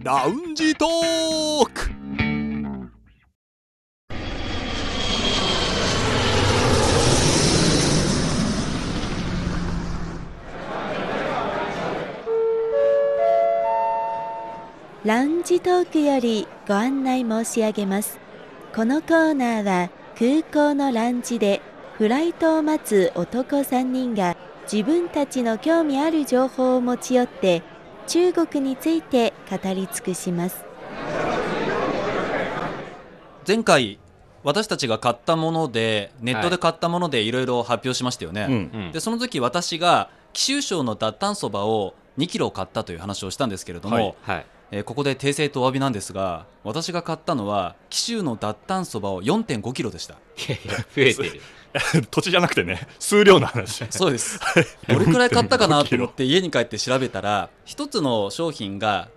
ラウンジトーク。 ラウンジトークよりご案内申し上げます。このコーナーは空港のラウンジでフライトを待つ男3人が自分たちの興味ある情報を持ち寄って中国について語り尽くします。 前回私たちが買ったものでネットで買ったものでいろいろ発表しましたよね、でその時私が貴州省の脱炭そばを2キロ買ったという話をしたんですけれども、ここで訂正とお詫びなんですが、私が買ったのは貴州の脱炭そばを 4.5 キロでした。 いやいや増えてる土地じゃなくてね、数量の話。 そうですどれくらい買ったかなと思って家に帰って調べたら、1つの商品が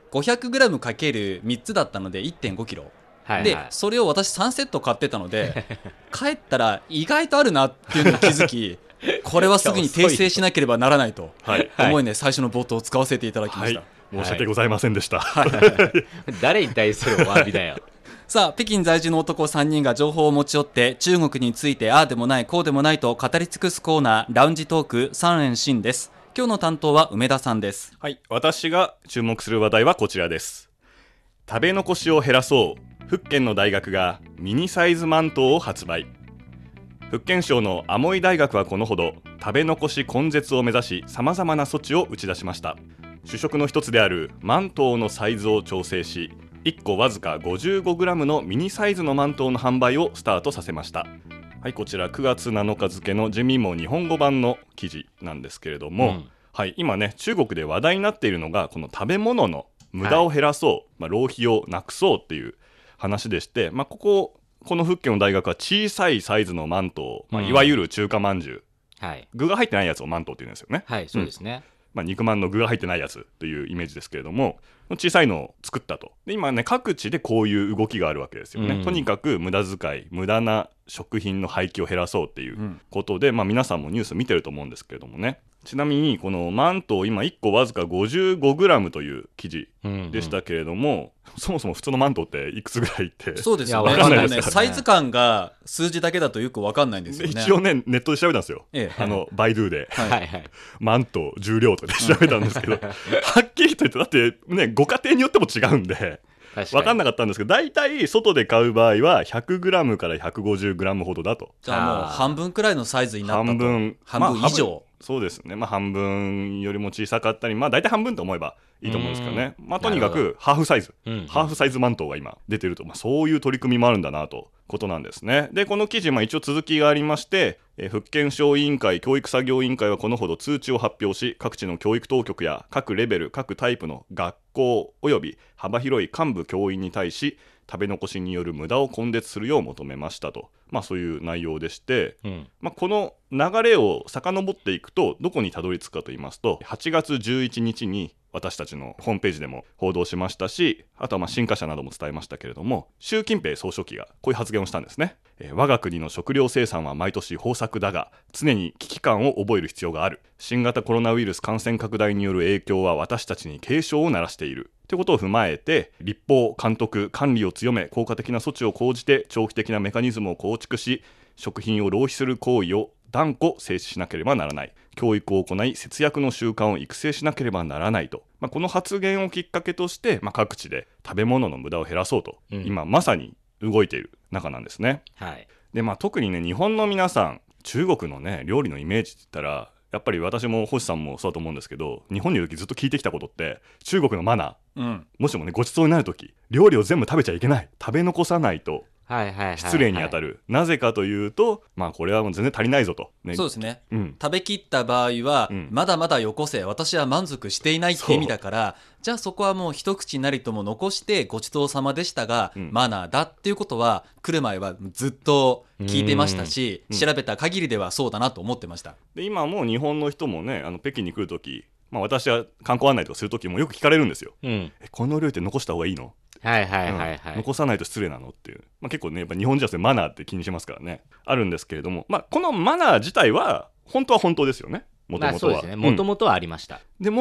500g×3 つだったので 1.5 キロで、それを私3セット買ってたので帰ったら意外とあるなっていうのに気づきこれはすぐに訂正しなければならないと思いね、最初の冒頭を使わせていただきました。 申し訳ございませんでした、 誰に対するお詫びだよさあ、北京在住の男3人が情報を持ち寄って中国についてああでもないこうでもないと語り尽くすコーナー、ラウンジトーク3連新です。今日の担当は梅田さんです。 はい、私が注目する話題はこちらです。食べ残しを減らそう、福建の大学がミニサイズマントを発売。福建省のアモイ大学はこのほど食べ残し根絶を目指し、さまざまな措置を打ち出しました。主食の一つであるマントウのサイズを調整し、1個わずか 55g のミニサイズのマントウの販売をスタートさせました。はい、こちら9月7日付の人民網日本語版の記事なんですけれども、はい、今ね中国で話題になっているのがこの食べ物の無駄を減らそう、浪費をなくそうっていう話でして、この福建の大学は小さいサイズのマントウ、いわゆる中華まんじゅう、具が入ってないやつをマントウって言うんですよね。 はい、そうですね。 肉まんの具が入ってないやつというイメージですけれども、小さいのを作ったと。で今ね各地でこういう動きがあるわけですよね、とにかく無駄遣い、無駄な食品の廃棄を減らそうっていうことで、皆さんもニュース見てると思うんですけれどもね。ちなみにこのマントウ今1個わずか 55g という記事でしたけれども、そもそも普通のマントウっていくつぐらいって。 そうですよね、 分かんないですからね。 サイズ感が数字だけだとよく分かんないんですよね。 一応ねネットで調べたんですよ、バイドゥで、マントウ重量とかで調べたんですけどはっきりと言ってだってねご家庭によっても違うんで分かんなかったんですけど、大体外で買う場合は 100g から 150g ほどだと。 じゃあもう半分くらいのサイズになったと。半分以上、 そうですね、半分よりも小さかったり、大体半分と思えばいいと思うんですけどね。とにかくハーフサイズ、ハーフサイズマントウが今出てると、そういう取り組みもあるんだなとことなんですね。でこの記事、一応続きがありまして、福建省委員会教育作業委員会はこのほど通知を発表し、各地の教育当局や各レベル各タイプの学校および幅広い幹部教員に対し食べ残しによる無駄を根絶するよう求めましたと、そういう内容でして、この流れを遡っていくとどこにたどり着くかと言いますと、8月11日に私たちのホームページでも報道しましたし、あとは新華社なども伝えましたけれども、習近平総書記がこういう発言をしたんですね。我が国の食料生産は毎年豊作だが常に危機感を覚える必要がある。新型コロナウイルス感染拡大による影響は私たちに警鐘を鳴らしているということを踏まえて、立法監督管理を強め効果的な措置を講じて長期的なメカニズムを構築し、食品を浪費する行為を断固制止しなければならない。教育を行い節約の習慣を育成しなければならないと、この発言をきっかけとして、各地で食べ物の無駄を減らそうと、今まさに動いている中なんですね。で特にね日本の皆さん中国のね料理のイメージって言ったら、やっぱり私も星さんもそうだと思うんですけど、日本にいる時ずっと聞いてきたことって中国のマナー、もしもねごちそうになる時料理を全部食べちゃいけない、食べ残さないと失礼に当たる。なぜかというと、これはもう全然足りないぞと、 そうですね、食べきった場合は、まだまだよこせ、私は満足していないって意味だから、じゃあそこはもう一口なりとも残してごちそうさまでしたが、マナーだっていうことは来る前はずっと聞いてましたし、調べた限りではそうだなと思ってました。 で今もう日本の人もね北京に来るとき、私は観光案内とかするときもよく聞かれるんですよ、この料理って残した方がいいの、残さないと失礼なのっていう、結構ねやっぱ日本人はマナーって気にしますからね、あるんですけれども、このマナー自体は本当は本当ですよね。もともとはそうですね、もともとはありました、 でも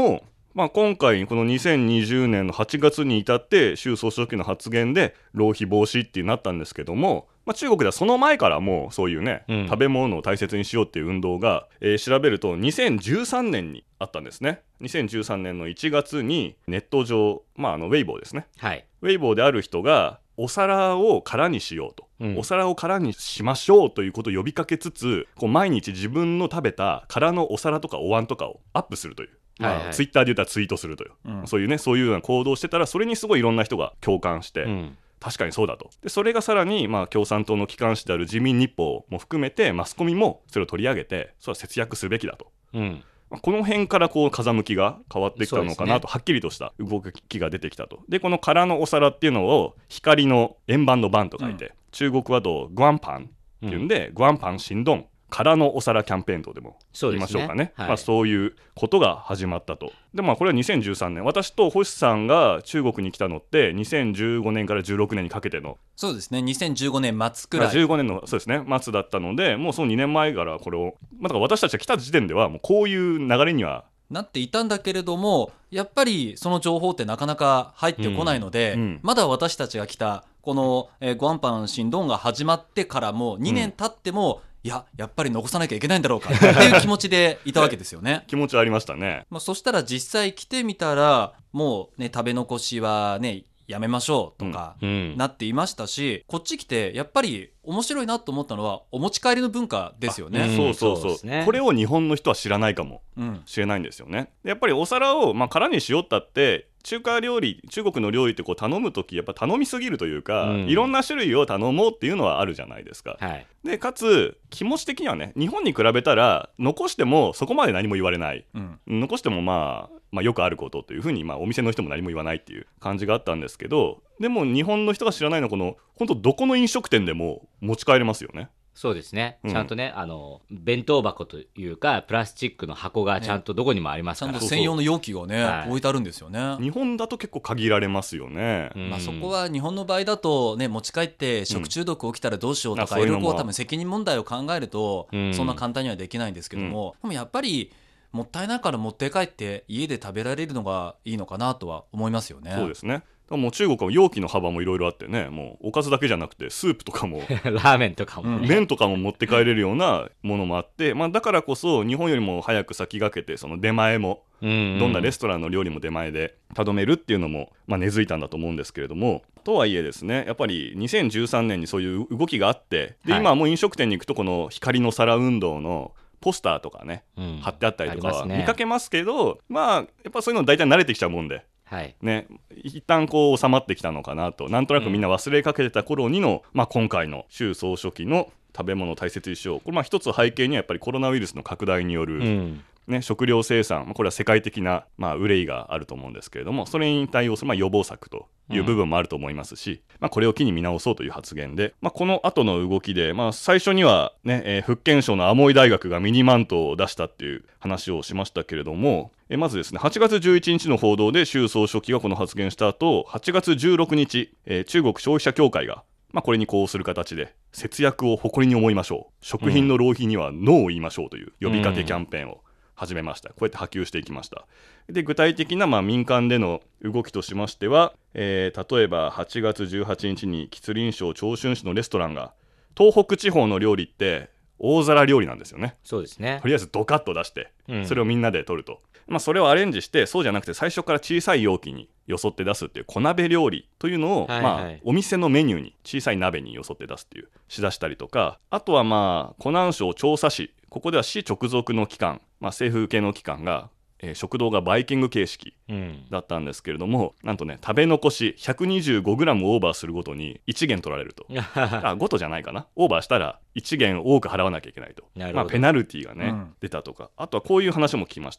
今回この2020年の8月に至って習総書記の発言で浪費防止ってなったんですけども、中国ではその前からもうそういうね、食べ物を大切にしようっていう運動が、調べると2013年にあったんですね。2013年の1月にネット上、ウェイボーですね、 はい、 ウェイボーである人がお皿を空にしようと、お皿を空にしましょうということを呼びかけつつ、こう毎日自分の食べた空のお皿とかお椀とかをアップするという、ツイッターで言ったらツイートするという、そういうような行動をしてたら、それにすごいいろんな人が共感して、確かにそうだと。でそれがさらに共産党の機関紙である人民日報も含めてマスコミもそれを取り上げて、それは節約すべきだと、この辺からこう風向きが変わってきたのかなと、はっきりとした動きが出てきたと。でこの空のお皿っていうのを光の円盤の盤と書いて、中国話とグアンパンっていうんで、グアンパン振動空のお皿キャンペーンとでも言いましょうかね。そういうことが始まったと。でこれは2013年、私と星さんが中国に来たのって2015年から16年にかけての、 そうですね、2015年末くらい、 15年のそうですね末だったので、もうその2年前からこれを、だから私たちが来た時点ではもうこういう流れにはなっていたんだけれども、やっぱりその情報ってなかなか入ってこないので、まだ私たちが来たこの、グアンパン振動が始まってからも2年経っても、やっぱり残さなきゃいけないんだろうかっていう気持ちでいたわけですよね。 気持ちありましたね。 そしたら実際来てみたら、もうね、食べ残しはねやめましょうとかなっていましたし、こっち来てやっぱり面白いなと思ったのはお持ち帰りの文化ですよね。 そう、これを日本の人は知らないかもしれないんですよね。やっぱりお皿を空にしようったって、中国の料理ってこう頼むときやっぱ頼みすぎるというか、いろんな種類を頼もうっていうのはあるじゃないですか、でかつ気持ち的にはね、日本に比べたら残してもそこまで何も言われない、残してもよくあることというふうに、お店の人も何も言わないっていう感じがあったんですけど、でも日本の人が知らないのは、この本当どこの飲食店でも持ち帰れますよね。 そうですね、ちゃんとね、弁当箱というかプラスチックの箱がちゃんとどこにもありますから、 ちゃんと専用の容器がね、置いてあるんですよね。 日本だと結構限られますよね。 そこは日本の場合だとね、持ち帰って食中毒起きたらどうしようとか、いろいろ多分責任問題を考えると、そんな簡単にはできないんですけども、でもやっぱりもったいないから持って帰って家で食べられるのがいいのかなとは思いますよね。 そうですね。もう中国は容器の幅もいろいろあってね、もうおかずだけじゃなくてスープとかもラーメンとかも、 麺とかも持って帰れるようなものもあって、だからこそ日本よりも早く先駆けて、その出前も、どんなレストランの料理も出前で頼めるっていうのも、根付いたんだと思うんですけれども、とはいえですね、やっぱり2013年にそういう動きがあって、で今はもう飲食店に行くとこの光の皿運動のポスターとかね、貼ってあったりとかは見かけますけど、やっぱそういうの大体慣れてきちゃうもんで、一旦こう収まってきたのかなと、なんとなくみんな忘れかけてた頃にの、今回の習総書記の食べ物を大切にしよう、これ一つ背景にはやっぱりコロナウイルスの拡大による、食料生産、これは世界的な、憂いがあると思うんですけれども、それに対応する、予防策という部分もあると思いますし、これを機に見直そうという発言で、この後の動きで、最初には、福建省のアモイ大学がミニマントを出したっていう話をしましたけれども、まずですね、8月11日の報道で習総書記がこの発言した後、8月16日、中国消費者協会がこれに呼応する形で、節約を誇りに思いましょう、食品の浪費にはノーを言いましょうという呼びかけキャンペーンを始めました。こうやって波及していきました。で具体的な民間での動きとしましては、例えば8月18日に吉林省長春市のレストランが、東北地方の料理って大皿料理なんですよね。 そうですね。 とりあえずドカッと出して、それをみんなで取ると、それをアレンジして、そうじゃなくて最初から小さい容器によそって出すっていう小鍋料理というのを、お店のメニューに小さい鍋によそって出すっていうしだしたりとか、あとは湖南省長沙市、ここでは市直属の機関、政府系の機関が、食堂がバイキング形式だったんですけれども、なんとね、食べ残し 125g オーバーするごとに1元取られるとごとじゃないかな、オーバーしたら1元多く払わなきゃいけないと、ペナルティがね、出たとか、あとはこういう話も聞きました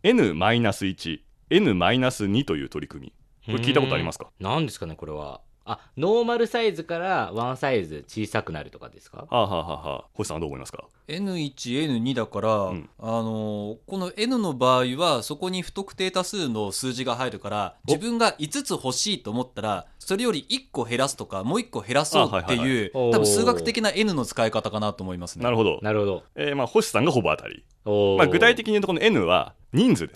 。N-1 N-2 という取り組み、これ聞いたことありますか？ 何ですかね、これは。ノーマルサイズからワンサイズ小さくなるとかですか？ 星さんはどう思いますか？ N1、N2 だから、この N の場合はそこに不特定多数の数字が入るから、自分が5つ欲しいと思ったらそれより1個減らすとかもう1個減らそうっていう、多分数学的な N の使い方かなと思いますね。 なるほど、 なるほど。 星さんがほぼ当たり。具体的に言うとこの N は人数ですね。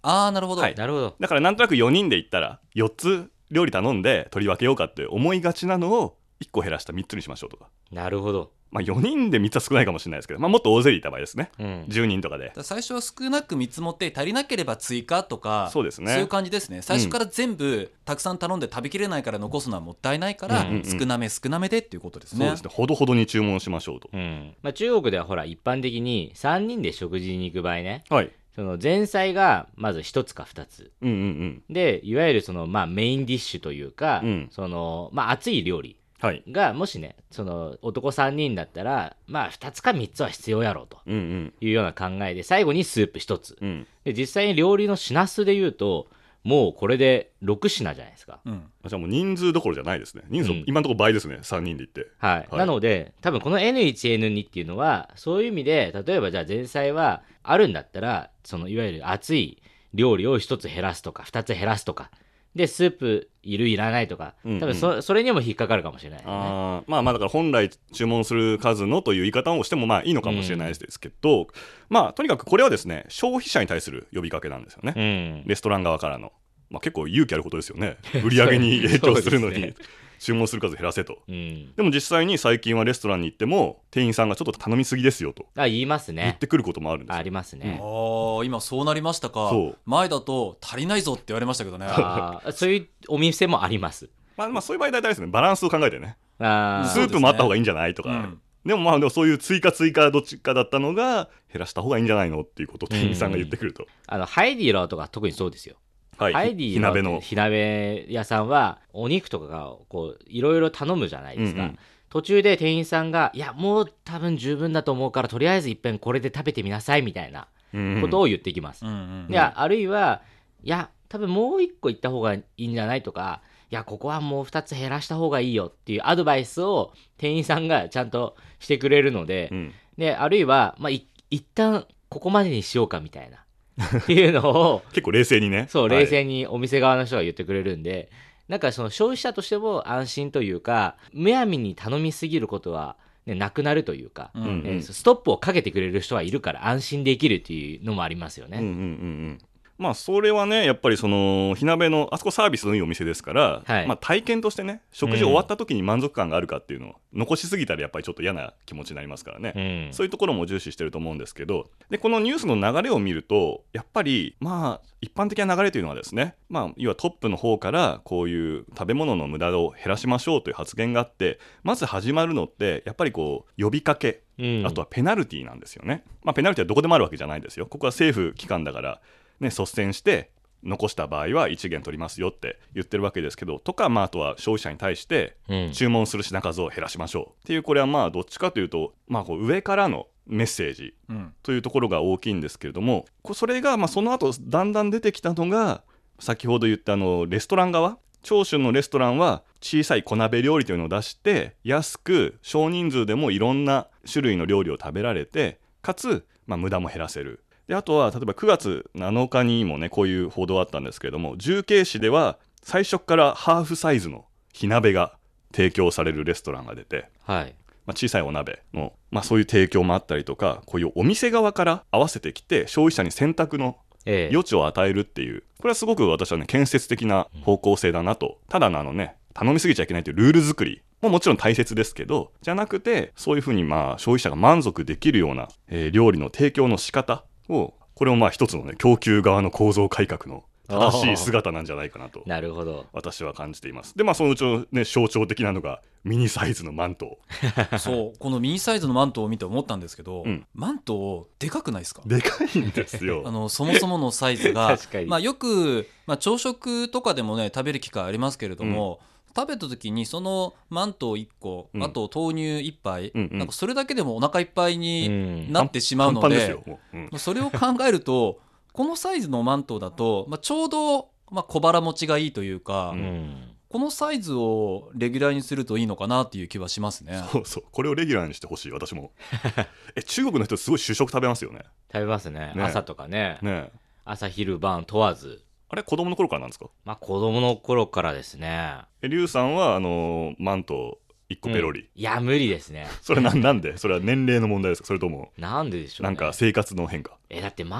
ああなるほど、 はいなるほど。 だからなんとなく4人で行ったら4つ料理頼んで取り分けようかって思いがちなのを1個減らした3つにしましょうとか、 なるほど。 まあ、4人で3つは少ないかもしれないですけど、まあ、もっと大勢いた場合ですね、10人とかで。 だから最初は少なく見積もって足りなければ追加とか、 そうですね、 そういう感じですね。最初から全部たくさん頼んで食べきれないから残すのはもったいないから、少なめ少なめでっていうことですね。 そうですね、ほどほどに注文しましょうと。 まあ、中国ではほら一般的に3人で食事に行く場合ね、 はいその前菜がまず1つか2つ、でいわゆるその、まあ、メインディッシュというか、そのまあ、熱い料理がもしねその男3人だったら、まあ、2つか3つは必要やろうというような考えで、最後にスープ1つ、で実際に料理の品数でいうともうこれで6品じゃないですか、 じゃあもう人数どころじゃないですね。人数、今のところ倍ですね、3人で行って、 はいなので多分この N1N2 っていうのはそういう意味で、例えばじゃあ前菜はあるんだったらそのいわゆる熱い料理を1つ減らすとか2つ減らすとかでスープいるいらないとか、多分それにも引っかかるかもしれないよね。 まあだから本来注文する数のという言い方をしてもまあいいのかもしれないですけど、まあとにかくこれはですね消費者に対する呼びかけなんですよね、レストラン側からの、まあ、結構勇気あることですよね。売り上げに影響するのに注文する数減らせと、でも実際に最近はレストランに行っても店員さんがちょっと頼みすぎですよと言いますね。 言ってくることもあるんですよ。 ありますね、 今そうなりましたか。前だと足りないぞって言われましたけどね。 そういうお店もあります。 まあそういう場合大体ですね、バランスを考えてね、スープもあった方がいいんじゃないとか、でもまあでもそういう追加どっちかだったのが減らした方がいいんじゃないのっていうことを店員さんが言ってくると、 ハイディローとか特にそうですよ。ハイディローって火鍋屋さんはお肉とかがこういろいろ頼むじゃないですか、途中で店員さんがいやもう多分十分だと思うからとりあえずいっぺんこれで食べてみなさいみたいなことを言ってきます、いやあるいはいや多分もう一個いった方がいいんじゃないとか、いやここはもう2つ減らした方がいいよっていうアドバイスを店員さんがちゃんとしてくれるので、であるいは、まあ、一旦ここまでにしようかみたいなっていうのを結構冷静にね、 そう冷静にお店側の人が言ってくれるんで、なんかその消費者としても安心というか、むやみに頼みすぎることは、ね、なくなるというか、ストップをかけてくれる人はいるから安心できるっていうのもありますよね。 まあそれはねやっぱりその火鍋のあそこサービスのいいお店ですから、まあ、体験としてね食事終わった時に満足感があるかっていうのを残しすぎたらやっぱりちょっと嫌な気持ちになりますからね、そういうところも重視してると思うんですけど、でこのニュースの流れを見るとやっぱりまあ一般的な流れというのはですね、まあ要はトップの方からこういう食べ物の無駄を減らしましょうという発言があって、まず始まるのってやっぱりこう呼びかけ、あとはペナルティなんですよね。まあペナルティはどこでもあるわけじゃないですよ。ここは政府機関だからね、率先して残した場合は1元取りますよって言ってるわけですけど、とか、まあ、あとは消費者に対して注文する品数を減らしましょうっていう、これはまあどっちかというと、まあ、こう上からのメッセージというところが大きいんですけれども、それがまあその後だんだん出てきたのが先ほど言ったレストラン側、長春のレストランは小さい小鍋料理というのを出して安く少人数でもいろんな種類の料理を食べられて、かつ、まあ、無駄も減らせる。であとは例えば9月7日にもねこういう報道あったんですけれども、重慶市では最初からハーフサイズの火鍋が提供されるレストランが出て、まあ、小さいお鍋の、まあ、そういう提供もあったりとか、こういうお店側から合わせてきて消費者に選択の余地を与えるっていう、これはすごく私はね建設的な方向性だなと。ただのね頼みすぎちゃいけないというルール作りももちろん大切ですけど、じゃなくてそういうふうにまあ消費者が満足できるような、料理の提供の仕方を、これもまあ一つのね供給側の構造改革の正しい姿なんじゃないかなとなるほど私は感じています。でまあそのうちの、ね、象徴的なのがミニサイズのマントそうこのミニサイズのマントを見て思ったんですけど、マントでかくないですか？ でかいんですよそもそものサイズが確かに、 まあ、よく、まあ、朝食とかでもね食べる機会ありますけれども、食べた時にそのマント1個、あと豆乳1杯、なんかそれだけでもお腹いっぱいになってしまうので、それを考えるとこのサイズのマントだと、まあ、ちょうど、まあ、小腹持ちがいいというか、このサイズをレギュラーにするといいのかなっていう気はしますね。 そうこれをレギュラーにしてほしい私も中国の人すごい主食食べますよね。 食べますね、朝とかね朝昼晩問わず。 あれ子供の頃からなんですか？ まあ子供の頃からですね。 リュウさんはマント1個ペロリ、 いや無理ですね。 それなんでそれは年齢の問題ですか？それともなんででしょうね。 なんか生活の変化？ だってマン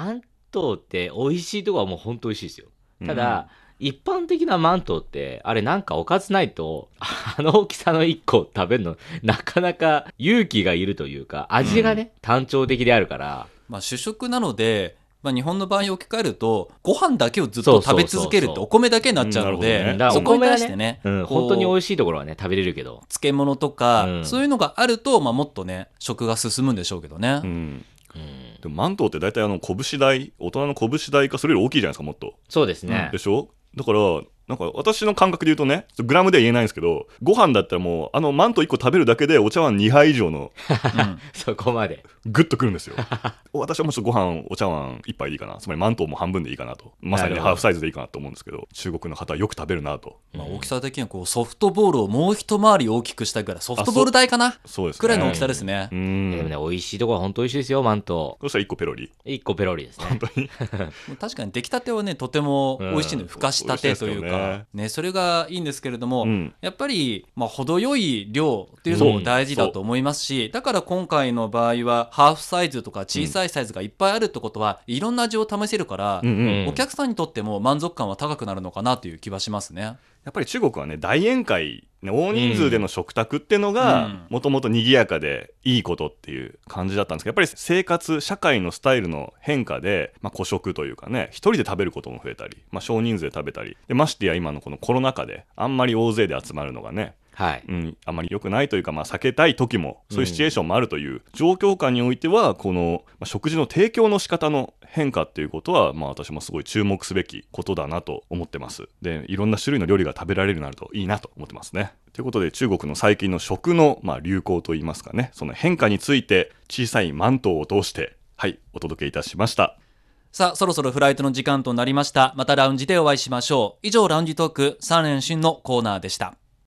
トウって美味しいとこはもう本当美味しいですよ。ただ、一般的なマントウってあれなんかおかずないとあの大きさの1個食べるのなかなか勇気がいるというか、味がね、単調的であるから、 主食なので、日本の場合置き換えるとご飯だけをずっと食べ続けるってお米だけになっちゃうので、そこに対してね、 本当に美味しいところはね食べれるけど、 漬物とか、そういうのがあると、もっとね食が進むんでしょうけどね。 でもマントウって大体拳大、大人の拳大かそれより大きいじゃないですか、もっと。 そうですね、 でしょ。だからなんか私の感覚で言うとね、グラムでは言えないんですけど、ご飯だったらもうマント1個食べるだけでお茶碗2杯以上のそこまでグッとくるんですよ。私はもうちょっとご飯お茶碗1杯でいいかな、つまりマントウも半分でいいかなと、まさにハーフサイズでいいかなと思うんですけど、中国の方はよく食べるなと。 大きさ的にはソフトボールをもう一回り大きくしたぐらい、ソフトボール大かな、 そうですね、 くらいの大きさですね。 でもね、美味しいところは本当美味しいですよ、マントウ。 そしたら1個ペロリ、 1個ペロリですね、 本当に確かに出来たてはねとても美味しいのよ、ふかしたてというか、それがいいんですけれども、やっぱり程よい量っていうのも大事だと思いますし、だから今回の場合はハーフサイズとか小さいサイズがいっぱいあるってことは、いろんな味を試せるから、お客さんにとっても満足感は高くなるのかなという気はしますね。 やっぱり中国はね、大宴会、大人数での食卓っていうのがもともと賑やかでいいことっていう感じだったんですけど、やっぱり生活社会のスタイルの変化で、個食というかね、一人で食べることも増えたり、少人数で食べたりで、ましてや今のこのコロナ禍であんまり大勢で集まるのがね、あまり良くないというか、避けたい時もそういうシチュエーションもあるという状況下においては、この、食事の提供の仕方の変化っていうことは、私もすごい注目すべきことだなと思ってます。で、いろんな種類の料理が食べられるようになるといいなと思ってますね。ということで、中国の最近の食の、流行といいますかね、その変化について小さいマントウを通してお届けいたしました。 さあ、そろそろフライトの時間となりました。またラウンジでお会いしましょう。以上、ラウンジトーク3連新のコーナーでした。